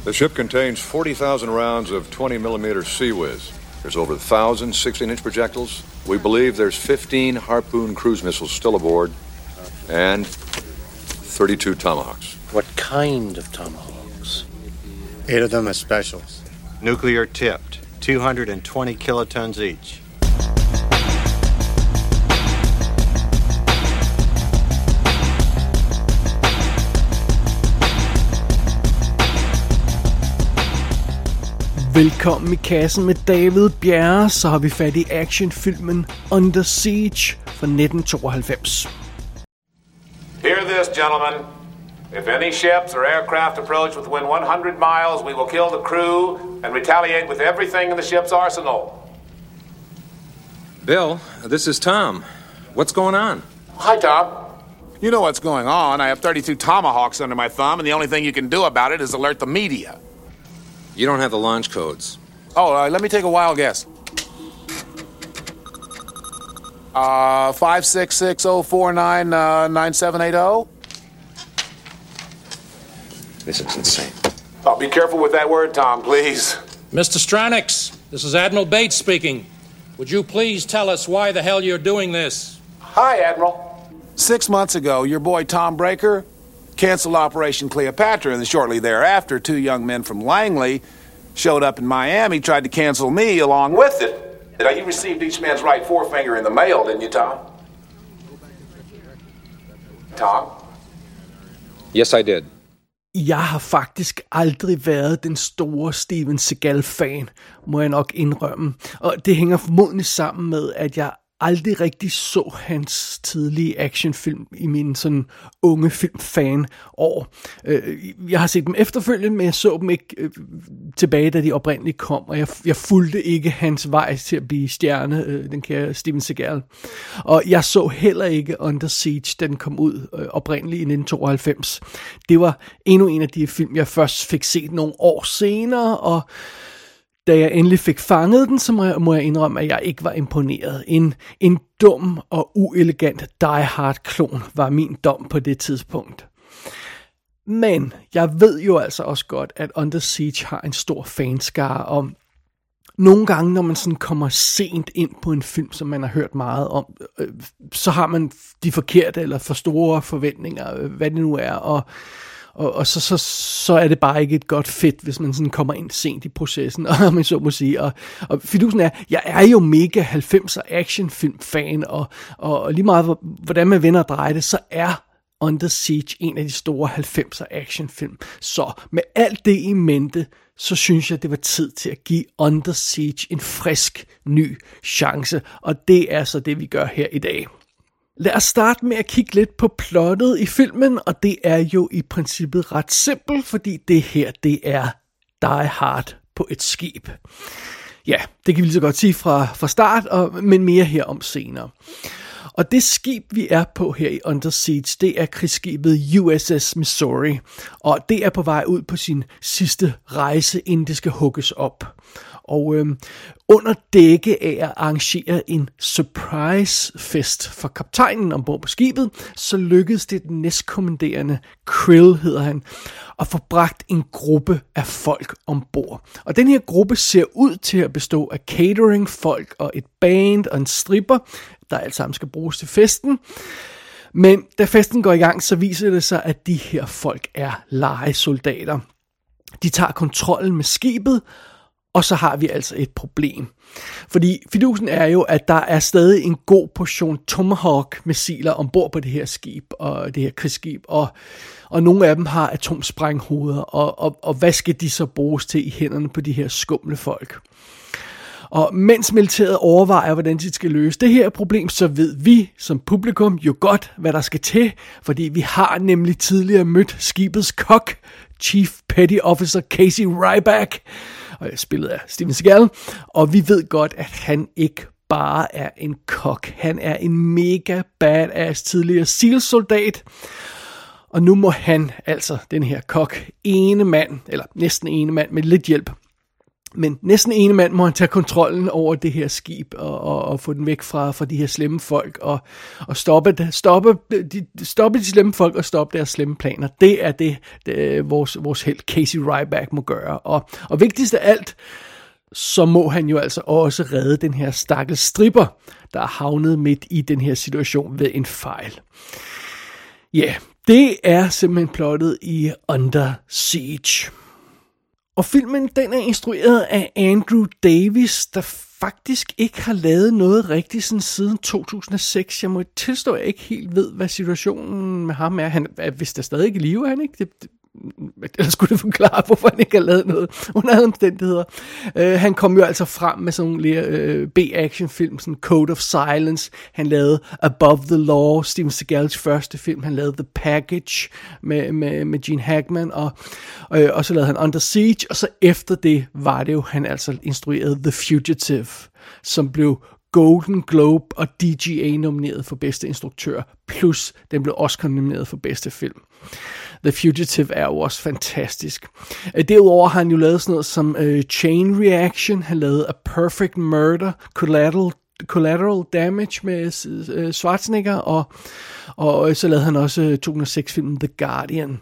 The ship contains 40,000 rounds of 20mm Sea Whiz. There's over 1,000 16-inch projectiles. We believe there's 15 Harpoon cruise missiles still aboard, and 32 Tomahawks. What kind of Tomahawks? 8 of them are specials. Nuclear tipped, 220 kilotons each. Velkommen i kassen med David Bjerre, så har vi fat i actionfilmen Under Siege fra 1992. Hear this, gentlemen. If any ships or aircraft approach within 100 miles, we will kill the crew and retaliate with everything in the ship's arsenal. Bill, this is Tom. What's going on? Hi, Tom. You know what's going on. I have 32 Tomahawks under my thumb, and the only thing you can do about it is alert the media. You don't have the launch codes. Oh, let me take a wild guess. 56604999780. This is insane. Oh, be careful with that word, Tom, please. Mr. Stranix, this is Admiral Bates speaking. Would you please tell us why the hell you're doing this? Hi, Admiral. 6 months ago, your boy Tom Breaker canceled Operation Cleopatra, and shortly thereafter, 2 young men from Langley showed up in Miami, tried to cancel me along with it. You received each man's right forefinger in the mail, didn't you, Tom? Tom? Yes, I did. Jeg har faktisk aldrig været den store Steven Seagal-fan, må jeg nok indrømme. Og det hænger formodentlig sammen med, at jeg aldrig rigtig så hans tidlige actionfilm i min sådan unge filmfan-år. Jeg har set dem efterfølgende, men jeg så dem ikke tilbage, da de oprindeligt kom, og jeg fulgte ikke hans vej til at blive stjerne, den kære Steven Seagal. Og jeg så heller ikke Under Siege, da den kom ud oprindeligt i 1992. Det var endnu en af de film, jeg først fik set nogle år senere, og da jeg endelig fik fanget den, så må jeg indrømme, at jeg ikke var imponeret. En dum og uelegant Die Hard-klon var min dom på det tidspunkt. Men jeg ved jo altså også godt, at Under Siege har en stor fanskare, og nogle gange, når man sådan kommer sent ind på en film, som man har hørt meget om, så har man de forkerte eller for store forventninger, hvad det nu er, og så er det bare ikke et godt fedt, hvis man sådan kommer ind sent i processen, og man så må sige. Og fidusen er, jeg er jo mega 90'er actionfilm-fan, og lige meget hvordan man vender og drejer det, så er Under Siege en af de store 90'er actionfilm. Så med alt det i mente, så synes jeg, det var tid til at give Under Siege en frisk, ny chance, og det er så det, vi gør her i dag. Lad os starte med at kigge lidt på plottet i filmen, og det er jo i princippet ret simpelt, fordi det her, det er Die Hard på et skib. Ja, det kan vi lige så godt sige fra start, men mere herom senere. Og det skib, vi er på her i Under Siege, det er krigsskibet USS Missouri, og det er på vej ud på sin sidste rejse, inden det skal hugges op. Og under dække af at arrangere en surprise fest for kaptajnen ombord på skibet, så lykkedes det den næstkommanderende, Krill hedder han, at få bragt en gruppe af folk ombord. Og den her gruppe ser ud til at bestå af cateringfolk og et band og en stripper, der alt sammen skal bruges til festen. Men da festen går i gang, så viser det sig, at de her folk er lejesoldater. De tager kontrollen med skibet, og så har vi altså et problem. Fordi fidusen er jo, at der er stadig en god portion Tomahawk-missiler ombord på det her skib, og det her krigsskib, og nogle af dem har atomsprænghoveder, og hvad skal de så bruges til i hænderne på de her skumle folk? Og mens militæret overvejer, hvordan de skal løse det her problem, så ved vi som publikum jo godt, hvad der skal til, fordi vi har nemlig tidligere mødt skibets kok, Chief Petty Officer Casey Ryback, spillet af Steven Seagal, og vi ved godt, at han ikke bare er en kok. Han er en mega badass tidligere SEAL-soldat, og nu må han, altså den her kok, ene mand, eller næsten ene mand med lidt hjælp, Men næsten ene mand må han tage kontrollen over det her skib og få den væk fra de her slemme folk og stoppe de slemme folk og stoppe deres slemme planer. Det er det vores helt Casey Ryback må gøre. Og vigtigst af alt, så må han jo altså også redde den her stakkels stripper, der er havnet midt i den her situation ved en fejl. Ja, det er simpelthen plottet i Under Siege. Og filmen, den er instrueret af Andrew Davis, der faktisk ikke har lavet noget rigtigt siden 2006. Jeg må tilstå, at jeg ikke helt ved, hvad situationen med ham er. Han er vist der stadig ikke i live, han ikke? Eller skulle det forklare, hvorfor han ikke har lavet noget under alle omstændigheder. Han kom jo altså frem med sådan nogle B-action-film, sådan Code of Silence. Han lavede Above the Law, Steven Seagals første film. Han lavede The Package med Gene Hackman, og så lavede han Under Siege, og så efter det var det jo, han altså instruerede The Fugitive, som blev Golden Globe og DGA nomineret for bedste instruktør, plus den blev Oscar nomineret for bedste film. The Fugitive er jo også fantastisk. Derudover har han jo lavet sådan noget som Chain Reaction, han lavede A Perfect Murder, Collateral Damage med Schwarzenegger, og så lavede han også 2006-filmen The Guardian.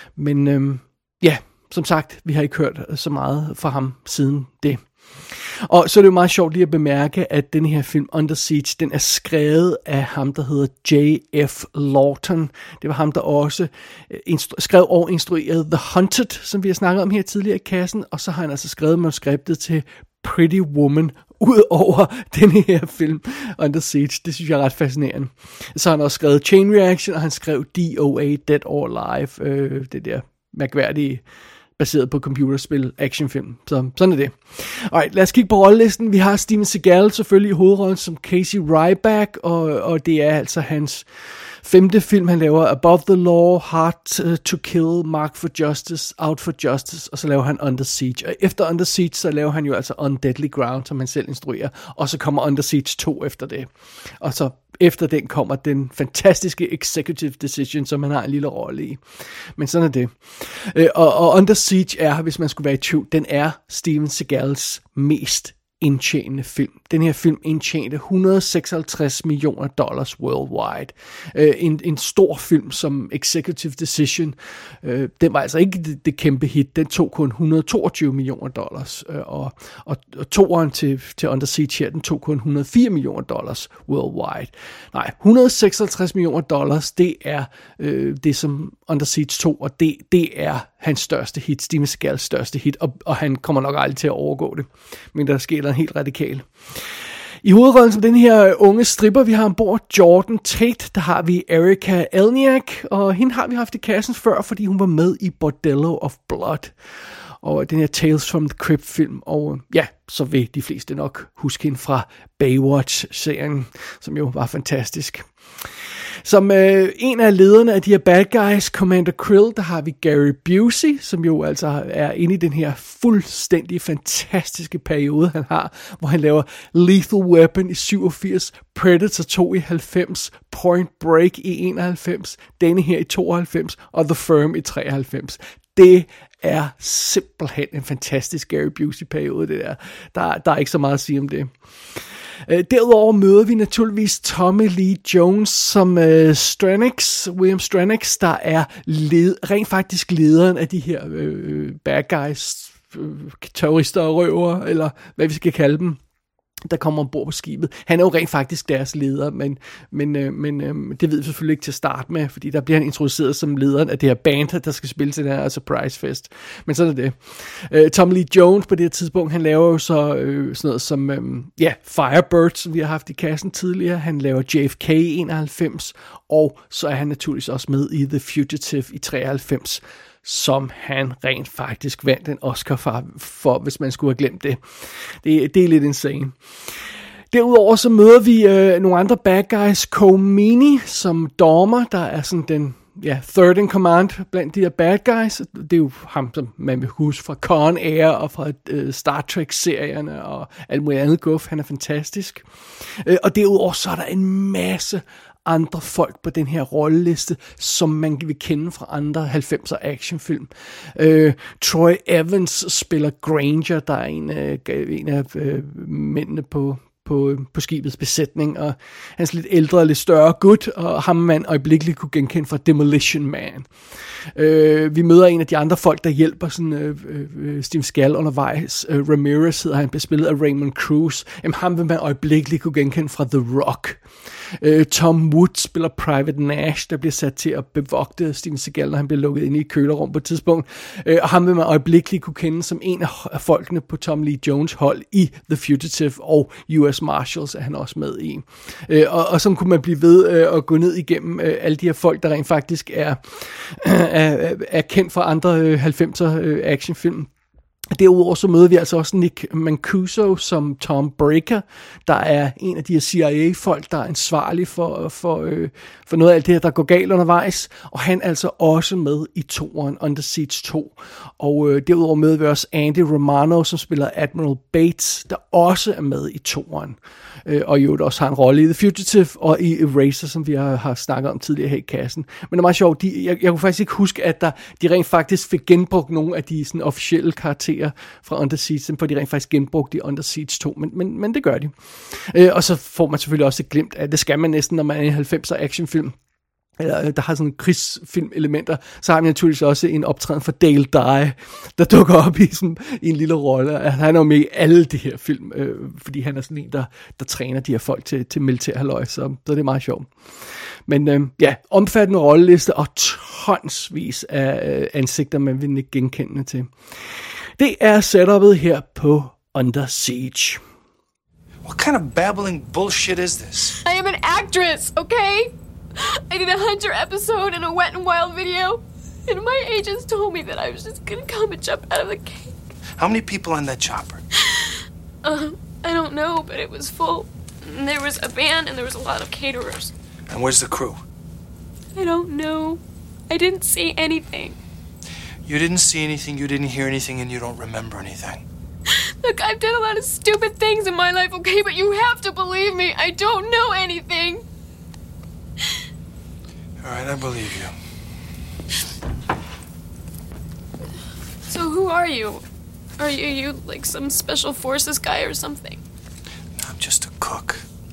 Men ja, som sagt, vi har ikke hørt så meget fra ham siden det. Og så er det jo meget sjovt lige at bemærke, at den her film Under Siege, den er skrevet af ham, der hedder J.F. Lawton. Det var ham, der også skrev og instruerede The Hunted, som vi har snakket om her tidligere i kassen. Og så har han altså skrevet manuskriptet til Pretty Woman, ud over den her film Under Siege. Det synes jeg er ret fascinerende. Så har han også skrevet Chain Reaction, og han skrev DOA, Dead or Alive, det der mærkværdige, baseret på computerspil, actionfilm. Så sådan er det. Alright, lad os kigge på rollelisten. Vi har Steven Seagal selvfølgelig i hovedrollen som Casey Ryback, og det er altså hans 5. film, han laver Above the Law, Hard to Kill, Mark for Justice, Out for Justice, og så laver han Under Siege. Og efter Under Siege, så laver han jo altså On Deadly Ground, som han selv instruerer, og så kommer Under Siege 2 efter det. Og så efter den kommer den fantastiske Executive Decision, som han har en lille rolle i. Men sådan er det. Og Under Siege er, hvis man skulle være i tvivl, den er Steven Seagals mest indtjenende film. Den her film indtjente $156 million worldwide. En stor film som Executive Decision, den var altså ikke det kæmpe hit. Den tog kun $122 million. Og toeren til Under Siege her, den tog kun $104 million worldwide. Nej, $156 million, det er det som Under Siege 2, og det er hans største hit, Steven Seagals største hit, og han kommer nok aldrig til at overgå det. Men der sker der en helt radikal. I hovedrollen som den her unge stripper, vi har ombord Jordan Tate, der har vi Erika Elniak, og hende har vi haft i kassen før, fordi hun var med i Bordello of Blood, og den her Tales from the Crypt film, og ja, så vil de fleste nok huske hende fra Baywatch-serien, som jo var fantastisk. Som en af lederne af de her bad guys, Commander Krill, der har vi Gary Busey, som jo altså er inde i den her fuldstændig fantastiske periode, han har, hvor han laver Lethal Weapon i 87, Predator 2 i 90, Point Break i 91, denne her i 92 og The Firm i 93. Det er simpelthen en fantastisk Gary Busey-periode, det der. Der er ikke så meget at sige om det. Derudover møder vi naturligvis Tommy Lee Jones som William Stranix, der er rent faktisk lederen af de her bad guys, terrorister og røver, eller hvad vi skal kalde dem, der kommer ombord på skibet. Han er jo rent faktisk deres leder, men det ved vi selvfølgelig ikke til at starte med, fordi der bliver han introduceret som lederen af det her band, der skal spille til den her surprise fest. Men sådan er det. Tom Lee Jones på det her tidspunkt, han laver jo så sådan noget som Firebird, som vi har haft i kassen tidligere. Han laver JFK i 91, og så er han naturligvis også med i The Fugitive i 93, som han rent faktisk vandt en Oscar for, hvis man skulle have glemt det. Det er lidt insane. Derudover så møder vi nogle andre bad guys, Colm Meaney som Dahmer, der er sådan den third in command blandt de her bad guys. Det er jo ham, som man vil huske fra Con Air og fra Star Trek-serierne og alt muligt andet guf. Han er fantastisk. Og derudover så er der en masse andre folk på den her rolleliste, som man vil kende fra andre 90'er actionfilm. Troy Evans spiller Granger, der er en af mændene på skibets besætning, og hans lidt ældre, lidt større gut, og ham man øjeblikkeligt kunne genkende fra Demolition Man. Vi møder en af de andre folk, der hjælper sådan, Steve Seagal undervejs. Ramirez hedder han, spillet af Raymond Cruz. Jamen, ham vil man øjeblikkeligt kunne genkende fra The Rock. Tom Wood spiller Private Nash, der bliver sat til at bevogte Steven Seagal, når han bliver lukket ind i et kølerum på et tidspunkt. Og ham vil man øjeblikkeligt kunne kende som en af folkene på Tom Lee Jones hold i The Fugitive og US Marshals er han også med i. Og så kunne man blive ved at gå ned igennem alle de her folk, der rent faktisk er kendt fra andre 90'er actionfilm. Derudover så møder vi altså også Nick Mancuso som Tom Breaker, der er en af de her CIA-folk, der er ansvarlig for noget af alt det her, der går galt undervejs, og han er altså også med i toeren, Under Siege 2. Og derudover møder vi også Andy Romano, som spiller Admiral Bates, der også er med i toeren, og jo også har en rolle i The Fugitive og i Eraser, som vi har snakket om tidligere her i kassen. Men det er meget sjovt, jeg kunne faktisk ikke huske, at de rent faktisk fik genbrugt nogle af de sådan, officielle karakterer fra Under Siege, for de rent faktisk genbrugte i Under Siege 2, men det gør de. Og så får man selvfølgelig også et glimt af, det skal man næsten, når man er i en 90'er actionfilm, eller der har sådan krigsfilm-elementer, så har man naturligvis også en optræden for Dale Dye, der dukker op i en lille rolle. Han er jo med i alle de her film, fordi han er sådan en, der træner de her folk til militærhalløj, så det er meget sjovt. Men omfattende rolleliste og tonsvis af ansigter, man vil ikke genkende til. Det er setupet her på Under Siege. What kind of babbling bullshit is this? I am an actress, okay? I did a Hunter episode in a Wet n Wild video, and my agents told me that I was just gonna come and jump out of the cake. How many people on that chopper? I don't know, but it was full. And there was a band and there was a lot of caterers. And where's the crew? I don't know. I didn't see anything. You didn't see anything, you didn't hear anything, and you don't remember anything. Look, I've done a lot of stupid things in my life, okay? But you have to believe me. I don't know anything. All right, I believe you. So who are you? Are you like some special forces guy or something? I'm just a cook.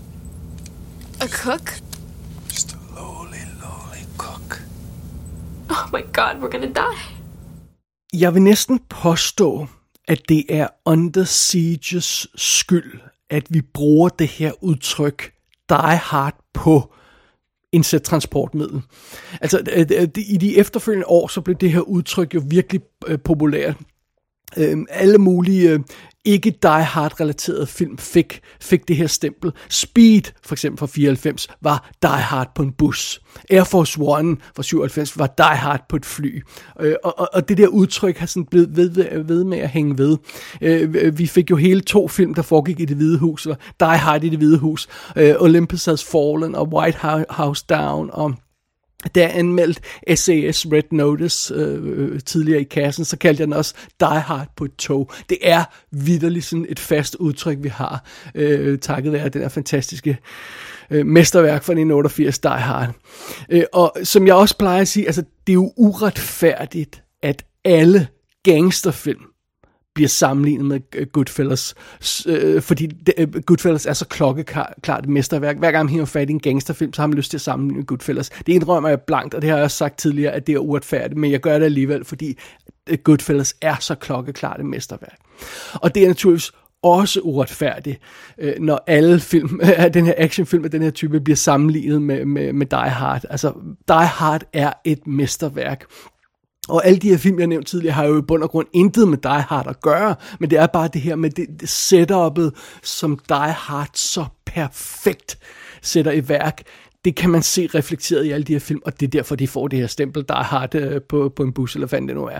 A cook? Just a lowly cook. Oh my God, we're gonna die. Jeg vil næsten påstå, at det er Under Sieges skyld, at vi bruger det her udtryk Die Hard på indsat transportmiddel. Altså, i de efterfølgende år, så blev det her udtryk jo virkelig populært. Alle mulige ikke Die Hard-relaterede film fik det her stempel. Speed, for eksempel fra 94, var Die Hard på en bus. Air Force One fra 97 var Die Hard på et fly. Og det der udtryk har sådan blevet ved med at hænge ved. Vi fik jo hele 2 film, der foregik i Det Hvide Hus. Die Hard i Det Hvide Hus. Olympus Has Fallen og White House Down og da jeg anmeldt SAS Red Notice tidligere i kassen, så kaldte jeg den også Die Hard på et tog. Det er vitterligt sådan et fast udtryk, vi har, takket være den her fantastiske mesterværk fra 1988, Die Hard. Og som jeg også plejer at sige, altså det er jo uretfærdigt, at alle gangsterfilm bliver sammenlignet med Goodfellas, fordi Goodfellas er så klokkeklart et mesterværk. Hver gang han hiver fat i en gangsterfilm, så har man lyst til at sammenligne med Goodfellas. Det indrømmer jeg blankt, og det har jeg også sagt tidligere, at det er uretfærdigt, men jeg gør det alligevel, fordi Goodfellas er så klokkeklart et mesterværk. Og det er naturligvis også uretfærdigt, når alle film, den her actionfilm af den her type bliver sammenlignet med Die Hard. Altså, Die Hard er et mesterværk. Og alle de her film, jeg nævnte tidligere, har jo i bund og grund intet med Die Hard at gøre, men det er bare det her med det setup'et, som Die Hard så perfekt sætter i værk. Det kan man se reflekteret i alle de her film, og det er derfor, de får det her stempel, Die Hard på en bus, eller hvad det nu er.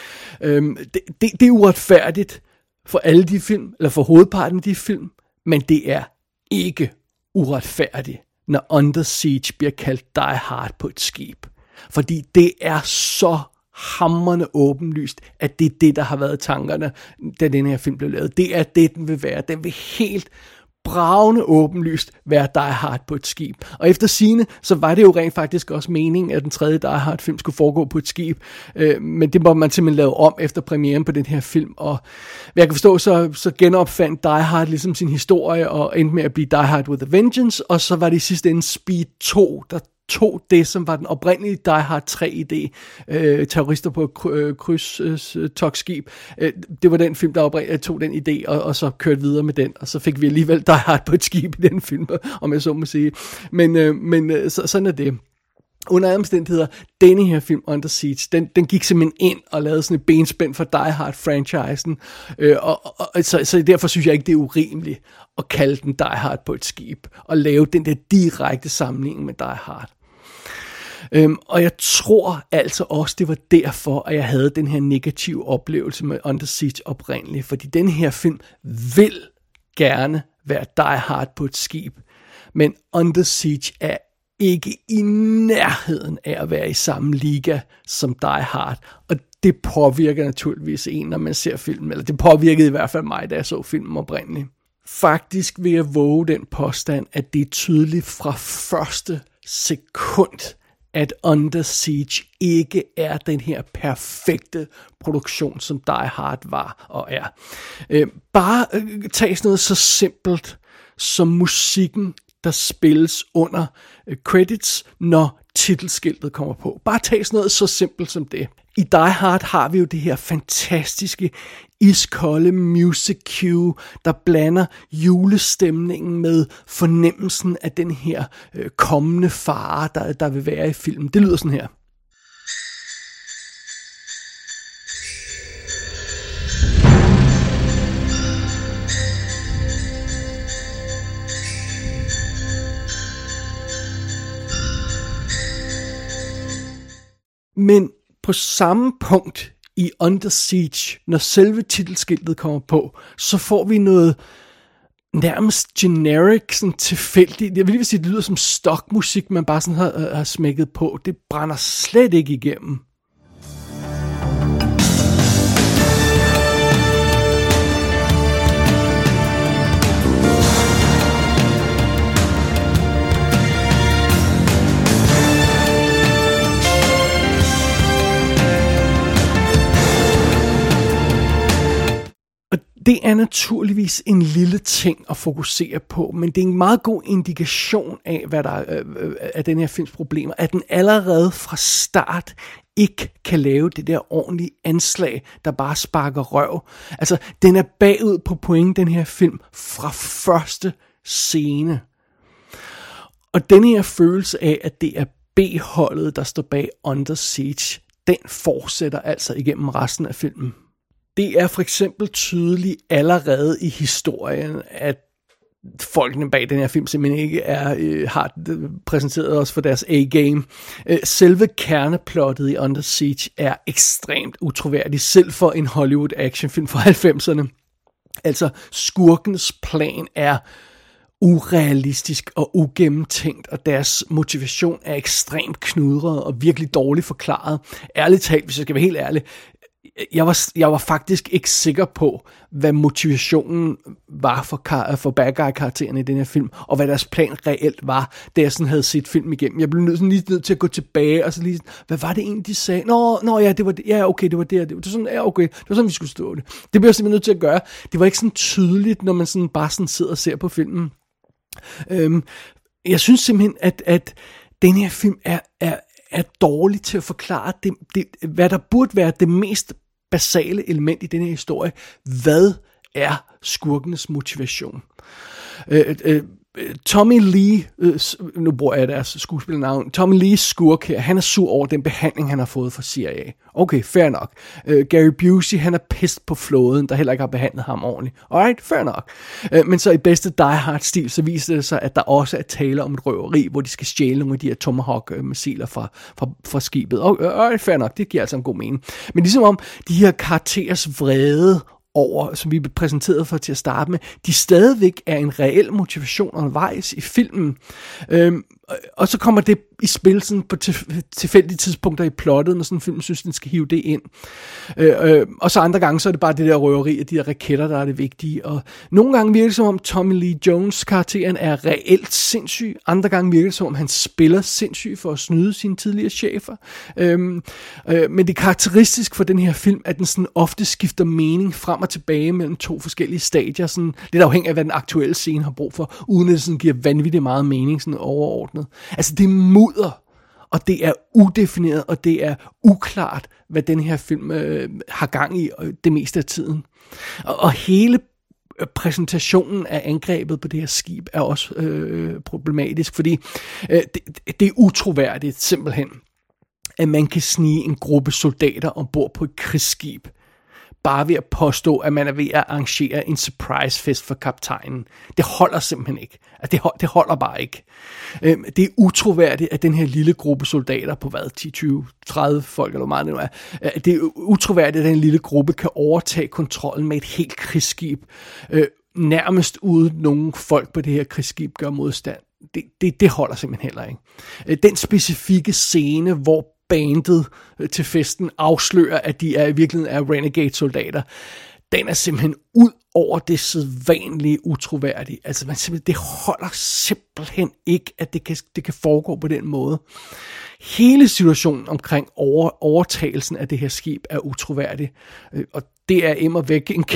Det er uretfærdigt for alle de film, eller for hovedparten af de film, men det er ikke uretfærdigt, når Under Siege bliver kaldt Die Hard på et skib. Fordi det er så hamrende åbenlyst, at det er det, der har været tankerne, da den her film blev lavet. Det er det, den vil være. Den vil helt bravende åbenlyst være Die Hard på et skib. Og efter sigende, så var det jo rent faktisk også meningen, at den tredje Die Hard film skulle foregå på et skib. Men det må man simpelthen lave om efter premieren på den her film. Og hvad jeg kan forstå, så genopfandt Die Hard ligesom sin historie og endte med at blive Die Hard with a Vengeance. Og så var det i sidste ende Speed 2, der tog det, som var den oprindelige Die Hard 3-idé, terrorister på et krydstogtskib. Det var den film, der oprindeligt tog den idé, og så kørte videre med den, og så fik vi alligevel Die Hard på et skib i den film, om jeg så må sige. Men sådan er det. Under alle omstændigheder, denne her film, Under Siege, den gik simpelthen ind og lavede sådan et benspænd for Die Hard-franchisen, så derfor synes jeg ikke, det er urimeligt at kalde den Die Hard på et skib, og lave den der direkte sammenligning med Die Hard. Og jeg tror altså også, det var derfor, at jeg havde den her negative oplevelse med Under Siege oprindeligt, fordi den her film vil gerne være Die Hard på et skib, men Under Siege er ikke i nærheden af at være i samme liga som Die Hard, og det påvirker naturligvis en, når man ser filmen, eller det påvirkede i hvert fald mig, da jeg så filmen oprindeligt. Faktisk vil jeg våge den påstand, at det er tydeligt fra første sekund, at Under Siege ikke er den her perfekte produktion, som Die Hard var og er. Bare tag sådan noget så simpelt som musikken, der spilles under credits, når titelskiltet kommer på. Bare tag sådan noget så simpelt som det. I Die Hard har vi jo det her fantastiske, iskolde music cue, der blander julestemningen med fornemmelsen af den her kommende fare, der vil være i filmen. Det lyder sådan her. Men på samme punkt i Under Siege, når selve titelskiltet kommer på, så får vi noget nærmest generic, sådan tilfældigt. Jeg vil lige sige, det lyder som stockmusik, man bare sådan har smækket på. Det brænder slet ikke igennem. Det er naturligvis en lille ting at fokusere på, men det er en meget god indikation af, hvad der er den her films problemer, at den allerede fra start ikke kan lave det der ordentlige anslag, der bare sparker røv. Altså, den er bagud på point, den her film, fra første scene. Og den her følelse af, at det er B-holdet, der står bag Under Siege, den fortsætter altså igennem resten af filmen. Det er for eksempel tydeligt allerede i historien, at folkene bag den her film simpelthen ikke har præsenteret os for deres A-game. Selve kerneplottet i Under Siege er ekstremt utroværdigt, selv for en Hollywood actionfilm fra 90'erne. Altså, skurkens plan er urealistisk og ugennemtænkt, og deres motivation er ekstremt knudret og virkelig dårligt forklaret. Ærligt talt, hvis jeg skal være helt ærlig, jeg var faktisk ikke sikker på, hvad motivationen var for bad guy-karaktererne i den her film, og hvad deres plan reelt var, da jeg sådan havde set film igennem. Jeg blev lige nødt til at gå tilbage, og så lige, hvad var det egentlig, de sagde? Nå, ja, det var det. Ja, okay, det var det. Det var sådan, ja, okay, det var sådan, vi skulle stå det. Det blev jeg simpelthen nødt til at gøre. Det var ikke sådan tydeligt, når man sådan bare sådan sidder og ser på filmen. Jeg synes simpelthen, at den her film er dårlig til at forklare det, hvad der burde være det mest basale element i den her historie. Hvad er skurkenes motivation? Tommy Lee, nu bruger jeg deres skuespillernavn, Tommy Lees skurk her, han er sur over den behandling, han har fået fra CIA. Okay, fair nok. Gary Busey, han er pissed på flåden, der heller ikke har behandlet ham ordentligt. Alright, fair nok. Men så i bedste Die Hard-stil, så viser det sig, at der også er tale om et røveri, hvor de skal stjæle nogle af de her Tomahawk-missiler fra skibet. Alright, fair nok, det giver altså en god mening. Men ligesom om de her karakterers vrede over, som vi blev præsenteret for til at starte med, de stadigvæk er en reel motivation undervejs i filmen. Og så kommer det i spil sådan på tilfældige tidspunkter i plottet, når sådan en film synes, den skal hive det ind. Og så andre gange, så er det bare det der røveri af de der raketter, der er det vigtige. Og nogle gange virker det som om Tommy Lee Jones karakteren er reelt sindssyg. Andre gange virker det som om han spiller sindssyg for at snyde sine tidligere chefer. Men det er karakteristisk for den her film, at den sådan ofte skifter mening frem og tilbage mellem to forskellige stadier. Sådan lidt afhængig af, hvad den aktuelle scene har brug for, uden at det sådan giver vanvittigt meget mening sådan overordnet. Altså det er mudder, og det er udefineret, og det er uklart, hvad den her film har gang i det meste af tiden. Og hele præsentationen af angrebet på det her skib er også problematisk, fordi det er utroværdigt simpelthen, at man kan snige en gruppe soldater ombord på et krigsskib, bare ved at påstå, at man er ved at arrangere en surprise fest for kaptajnen. Det holder simpelthen ikke. Altså, det holder bare ikke. Det er utroværdigt, at den her lille gruppe soldater på 10, 20, 30 folk, eller hvor meget det nu er, det er utroværdigt, at den lille gruppe kan overtage kontrollen med et helt krigsskib, nærmest uden nogen folk på det her krigsskib gør modstand. Det holder simpelthen heller ikke. Den specifikke scene, hvor bandet til festen afslører, at de i virkeligheden er renegade-soldater, den er simpelthen ud over det sædvanlige utroværdige. Altså, det holder simpelthen ikke, at det kan foregå på den måde. Hele situationen omkring overtagelsen af det her skib er utroværdig, og det er immer væk en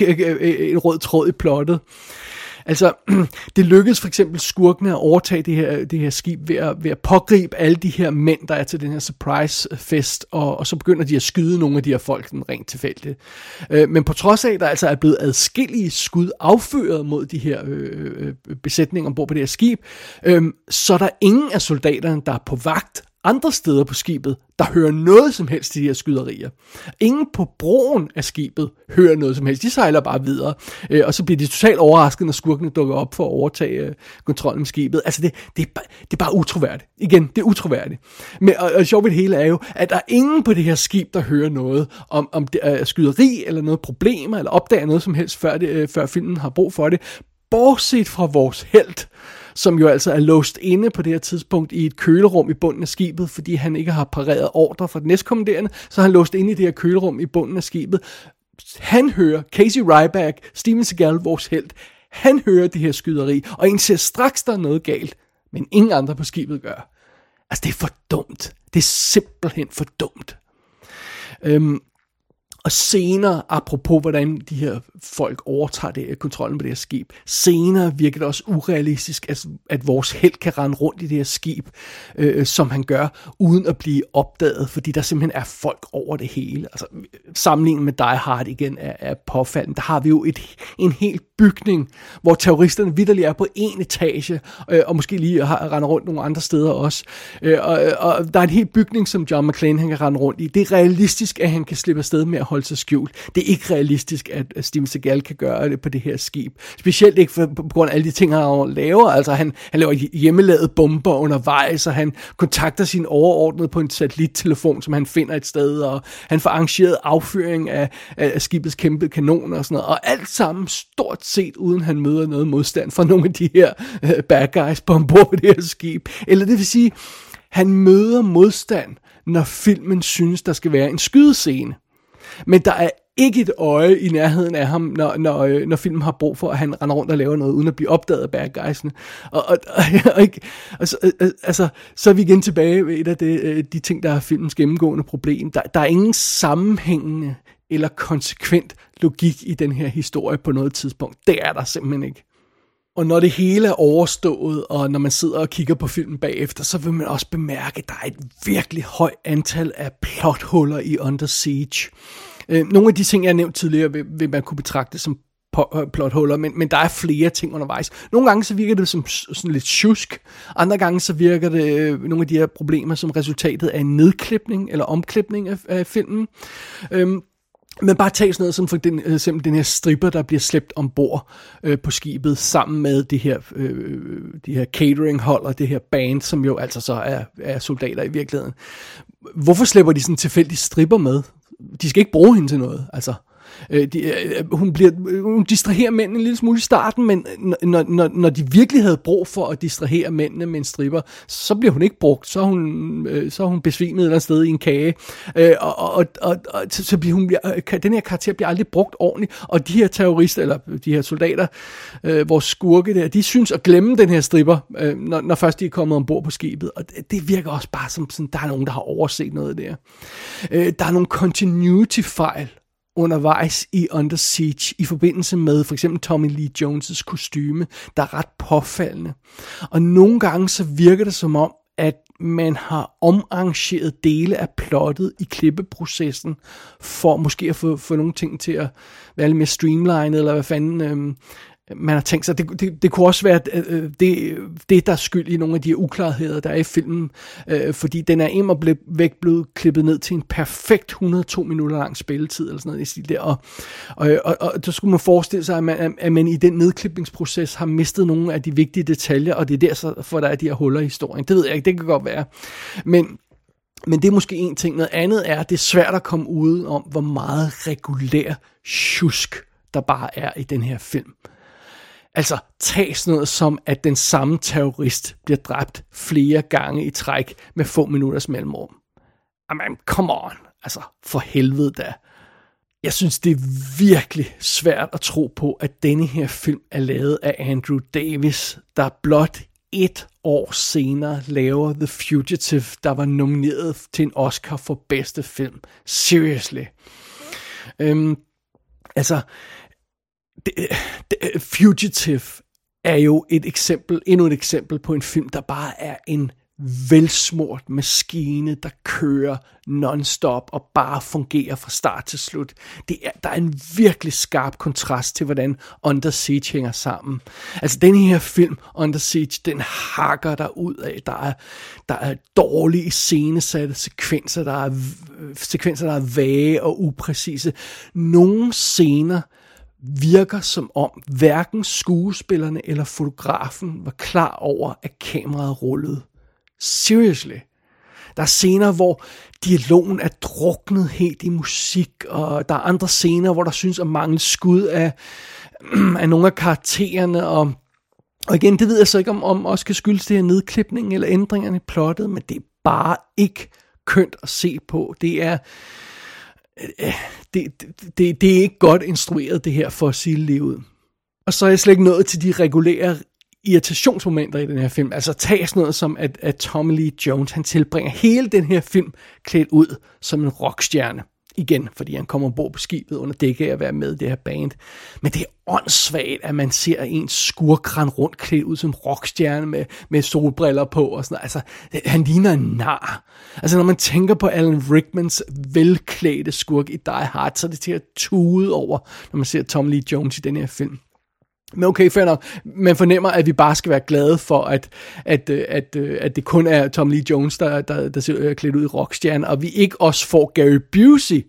rød tråd i plottet. Altså, det lykkedes for eksempel skurkene at overtage det her skib ved at pågribe alle de her mænd, der er til den her surprise-fest, og så begynder de at skyde nogle af de her folk sådan rent tilfældigt. Men på trods af, at der altså er blevet adskillige skud affyret mod de her besætninger ombord på det her skib, så er der ingen af soldaterne, der er på vagt andre steder på skibet, der hører noget som helst til de her skyderier. Ingen på broen af skibet hører noget som helst. De sejler bare videre, og så bliver de totalt overrasket, når skurkene dukker op for at overtage kontrollen med skibet. Altså, det er bare utroværdigt. Igen, det er utroværdigt. Men, og sjovt ved det hele er jo, at der er ingen på det her skib, der hører noget om det er skyderi, eller noget problemer, eller opdager noget som helst, før filmen har brug for det. Bortset fra vores helt, som jo altså er låst inde på det her tidspunkt i et kølerum i bunden af skibet, fordi han ikke har pareret ordre fra den næstkommanderende, så er han låst inde i det her kølerum i bunden af skibet. Han hører Casey Ryback, Steven Seagal, vores helt, han hører det her skyderi, og indser straks, der er noget galt, men ingen andre på skibet gør. Altså, det er for dumt. Det er simpelthen for dumt. Og senere, apropos hvordan de her folk overtager kontrollen på det her skib, senere virker det også urealistisk, at vores helt kan rende rundt i det her skib, som han gør, uden at blive opdaget, fordi der simpelthen er folk over det hele. Altså, sammenlignet med Die Hard igen er påfaldende. Der har vi jo en hel bygning, hvor terroristerne vitterligt er på en etage, og måske lige render rundt nogle andre steder også. Og der er en hel bygning, som John McClane han kan rende rundt i. Det er realistisk, at han kan slippe afsted med at holde sig skjult. Det er ikke realistisk, at Steven Seagal kan gøre det på det her skib. Specielt ikke på grund af alle de ting, han laver. Altså, han laver hjemmelavede bomber undervejs, og han kontakter sin overordnede på en satellittelefon, som han finder et sted, og han får arrangeret affyring af skibets kæmpe kanoner og sådan noget. Og alt sammen stort set, uden han møder noget modstand fra nogle af de her bad guys på ombord på det her skib. Eller det vil sige, han møder modstand, når filmen synes, der skal være en skydescene. Men der er ikke et øje i nærheden af ham, når filmen har brug for, at han render rundt og laver noget, uden at blive opdaget af bad guysene. Så er vi igen tilbage ved et af de ting, der er filmens gennemgående problem. Der er ingen sammenhængende eller konsekvent logik i den her historie på noget tidspunkt. Det er der simpelthen ikke. Og når det hele er overstået, og når man sidder og kigger på filmen bagefter, så vil man også bemærke, at der er et virkelig højt antal af plothuller i Under Siege. Nogle af de ting, jeg har nævnt tidligere, vil man kunne betragte som plothuller, men der er flere ting undervejs. Nogle gange så virker det som sådan lidt tjusk, andre gange så virker det nogle af de her problemer som resultatet af en nedklipning eller omklipning af filmen. Men bare tag sådan noget som for eksempel den her stripper, der bliver slæbt ombord på skibet sammen med de her cateringhold og det her band, som jo altså så er soldater i virkeligheden. Hvorfor slæber de sådan tilfældige stripper med? De skal ikke bruge hende til noget, altså. Hun distraherer mændene en lille smule i starten, men når de virkelig havde brug for at distrahere mændene med en stripper, så bliver hun ikke brugt. Så er hun besvimet et eller andet sted i en kage. Så bliver den her karakter bliver aldrig brugt ordentligt, og de her terrorister, eller de her soldater, vores skurke der, de synes at glemme den her stripper, når først de er kommet ombord på skibet, og det virker også bare som sådan, der er nogen, der har overset noget der. Der er nogle continuity-fejl undervejs i Under Siege i forbindelse med for eksempel Tommy Lee Jones' kostyme, der er ret påfaldende. Og nogle gange så virker det som om, at man har omarrangeret dele af plottet i klippeprocessen, for måske at få nogle ting til at være lidt mere streamlined, eller hvad fanden man har tænkt sig. Det kunne også være det, der er skyld i nogle af de her uklarheder, der er i filmen, fordi den er immer væk blevet klippet ned til en perfekt 102 minutter lang spilletid, eller sådan noget i stil der, og så skulle man forestille sig, at man i den nedklipningsproces har mistet nogle af de vigtige detaljer, og det er derfor, der er de her huller i historien. Det ved jeg ikke, det kan godt være. Men det er måske en ting. Noget andet er, at det er svært at komme ud om, hvor meget regulær sjusk der bare er i den her film. Altså, tag sådan noget som, at den samme terrorist bliver dræbt flere gange i træk med få minutters mellemrum. Jamen, come on. Altså, for helvede da. Jeg synes, det er virkelig svært at tro på, at denne her film er lavet af Andrew Davis, der blot 1 år senere laver The Fugitive, der var nomineret til en Oscar for bedste film. Seriously. Fugitive er jo endnu et eksempel på en film, der bare er en velsmurt maskine, der kører non-stop og bare fungerer fra start til slut. Der er en virkelig skarp kontrast til, hvordan Under Siege hænger sammen. Altså, den her film, Under Siege, den hakker der ud af. Der er dårlige iscenesatte sekvenser, der er vage og upræcise. Nogle scener virker som om hverken skuespillerne eller fotografen var klar over, at kameraet rullede. Seriously. Der er scener, hvor dialogen er druknet helt i musik, og der er andre scener, hvor der synes at mangle skud af nogle af karaktererne, og igen, det ved jeg så ikke, om også kan skyldes det her nedklipning eller ændringerne i plottet, men det er bare ikke kønt at se på. Det er ikke godt instrueret, det her, for at sige livet. Og så er jeg slet ikke nået til de regulære irritationsmomenter i den her film. Altså tag sådan noget som, at Tommy Lee Jones, han tilbringer hele den her film klædt ud som en rockstjerne. Igen, fordi han kommer ombord på skibet under dække af at være med i det her band. Men det er åndssvagt, at man ser en skurkrand rundt klædt ud som rockstjerne med solbriller på og sådan noget. Altså, han ligner en nar. Altså, når man tænker på Alan Rickmans velklædte skurk i Die Hard, så er det til at tude over, når man ser Tommy Lee Jones i den her film. Men okay, fair nok. Man fornemmer, at vi bare skal være glade for, at det kun er Tommy Lee Jones, der ser klædt ud i rockstjerne, og vi ikke også får Gary Busey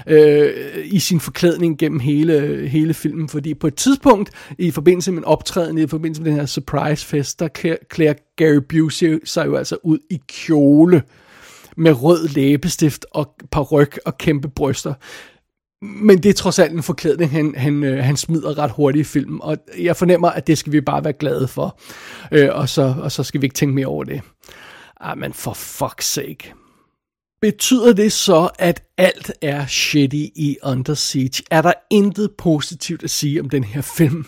i sin forklædning gennem hele filmen, fordi på et tidspunkt, i forbindelse med en optræden, i forbindelse med den her surprise fest, der klæder Gary Busey sig jo altså ud i kjole med rød læbestift og paryk og kæmpe bryster. Men det er trods alt en forklædning, han smider ret hurtigt i filmen, og jeg fornemmer, at det skal vi bare være glade for, og så skal vi ikke tænke mere over det. Men for fuck's sake. Betyder det så, at alt er shitty i Under Siege? Er der intet positivt at sige om den her film?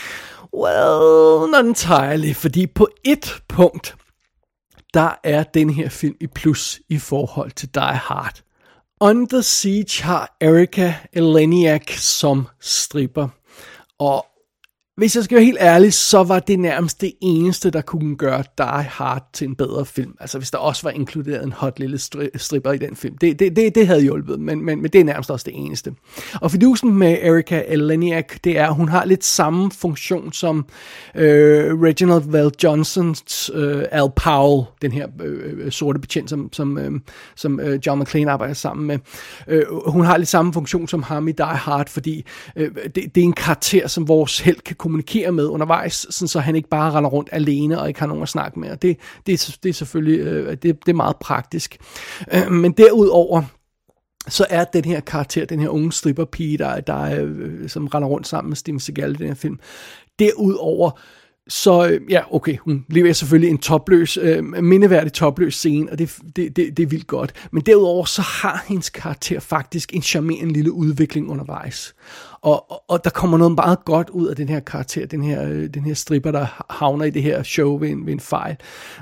Well, not entirely, fordi på et punkt, der er den her film i plus i forhold til Die Hard. Under Siege har Erika Eleniak som stripper, og hvis jeg skal være helt ærlig, så var det nærmest det eneste, der kunne gøre Die Hard til en bedre film. Altså hvis der også var inkluderet en hot lille stripper i den film. Det havde hjulpet, men det er nærmest også det eneste. Og fidusen med Erika Eleniak, det er, at hun har lidt samme funktion som Reginald VelJohnsons Al Powell, den her sorte betjent, som John McClane arbejder sammen med. Hun har lidt samme funktion som ham i Die Hard, fordi det er en karakter, som vores helt kan kommunikere med undervejs, sådan så han ikke bare render rundt alene og ikke har nogen at snakke med. Det er selvfølgelig det er meget praktisk. Men derudover så er den her karakter, den her unge stripperpige, som render rundt sammen med Steven Seagal i den her film. Derudover, så okay, hun leverer selvfølgelig en topløs, mindeværdig topløs scene, og det er vildt godt. Men derudover, så har hendes karakter faktisk en charmerende lille udvikling undervejs. Og der kommer noget meget godt ud af den her karakter, den her stripper, der havner i det her show ved en fejl.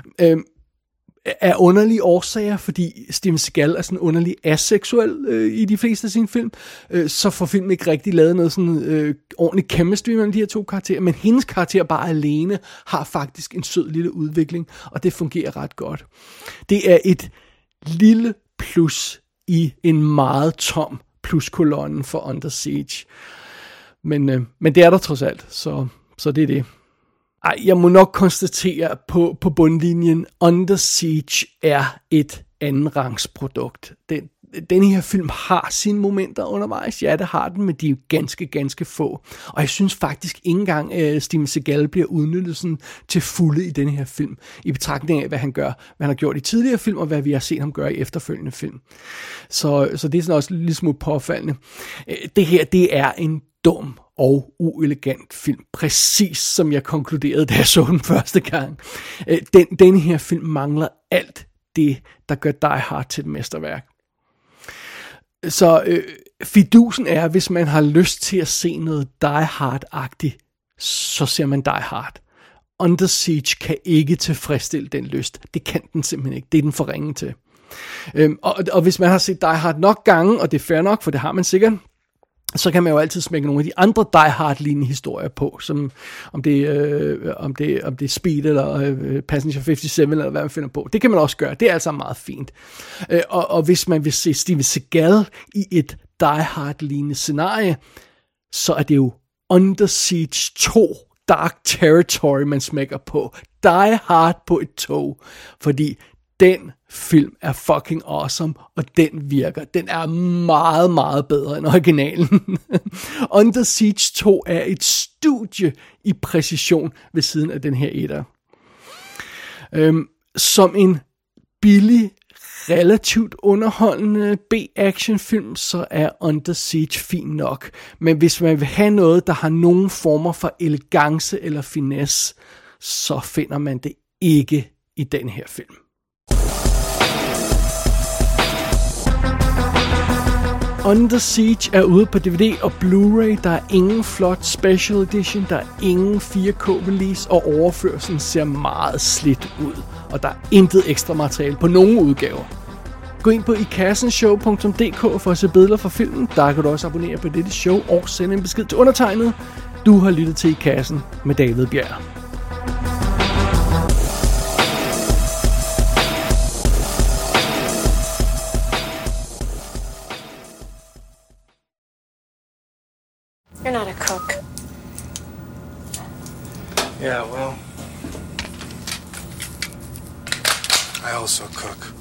Af underlige årsager, fordi Steven Seagal er sådan underlig aseksuel i de fleste af sine film, så får filmen ikke rigtig lavet noget sådan ordentlig chemistry mellem de her to karakterer, men hendes karakter bare alene har faktisk en sød lille udvikling, og det fungerer ret godt. Det er et lille plus i en meget tom pluskolonne for Under Siege. Men det er der trods alt, så det er det. Jeg må nok konstatere på bundlinjen, Under Siege er et andenrangsprodukt. Den her film har sine momenter undervejs. Ja, det har den, men de er ganske, ganske få. Og jeg synes faktisk ikke engang, Steven Seagal bliver udnyttet sådan til fulde i denne her film. I betragtning af, hvad han har gjort i tidligere film, og hvad vi har set ham gøre i efterfølgende film. Så det er sådan også lidt smule påfaldende. Det her, det er en dum og uelegant film. Præcis som jeg konkluderede, da jeg så den første gang. Den her film mangler alt det, der gør Die Hard til et mesterværk. Så fidusen er, hvis man har lyst til at se noget Die Hard-agtigt, så ser man Die Hard. Under Siege kan ikke tilfredsstille den lyst. Det kan den simpelthen ikke. Det er den for ringe til. Og hvis man har set Die Hard nok gange, og det er fair nok, for det har man sikkert, så kan man jo altid smække nogle af de andre Die Hard-lignende historier på, som om det er Speed eller Passenger 57 eller hvad man finder på. Det kan man også gøre. Det er altså meget fint. Og hvis man vil se Steven Seagal i et Die Hard-lignende scenarie, så er det jo Under Siege 2 Dark Territory, man smækker på. Die Hard på et tog. Fordi den film er fucking awesome, og den virker. Den er meget, meget bedre end originalen. Under Siege 2 er et studie i præcision ved siden af den her etter. Som en billig, relativt underholdende B-actionfilm, så er Under Siege fint nok. Men hvis man vil have noget, der har nogen former for elegance eller finesse, så finder man det ikke i den her film. Under Siege er ude på DVD og Blu-ray. Der er ingen flot special edition, der er ingen 4K release, og overførelsen ser meget slidt ud. Og der er intet ekstra materiale på nogen udgaver. Gå ind på ikassenshow.dk for at se billeder fra filmen. Der kan du også abonnere på dette show og sende en besked til undertegnet. Du har lyttet til I Kassen med David Bjerg. You're not a cook. Yeah, well, I also cook.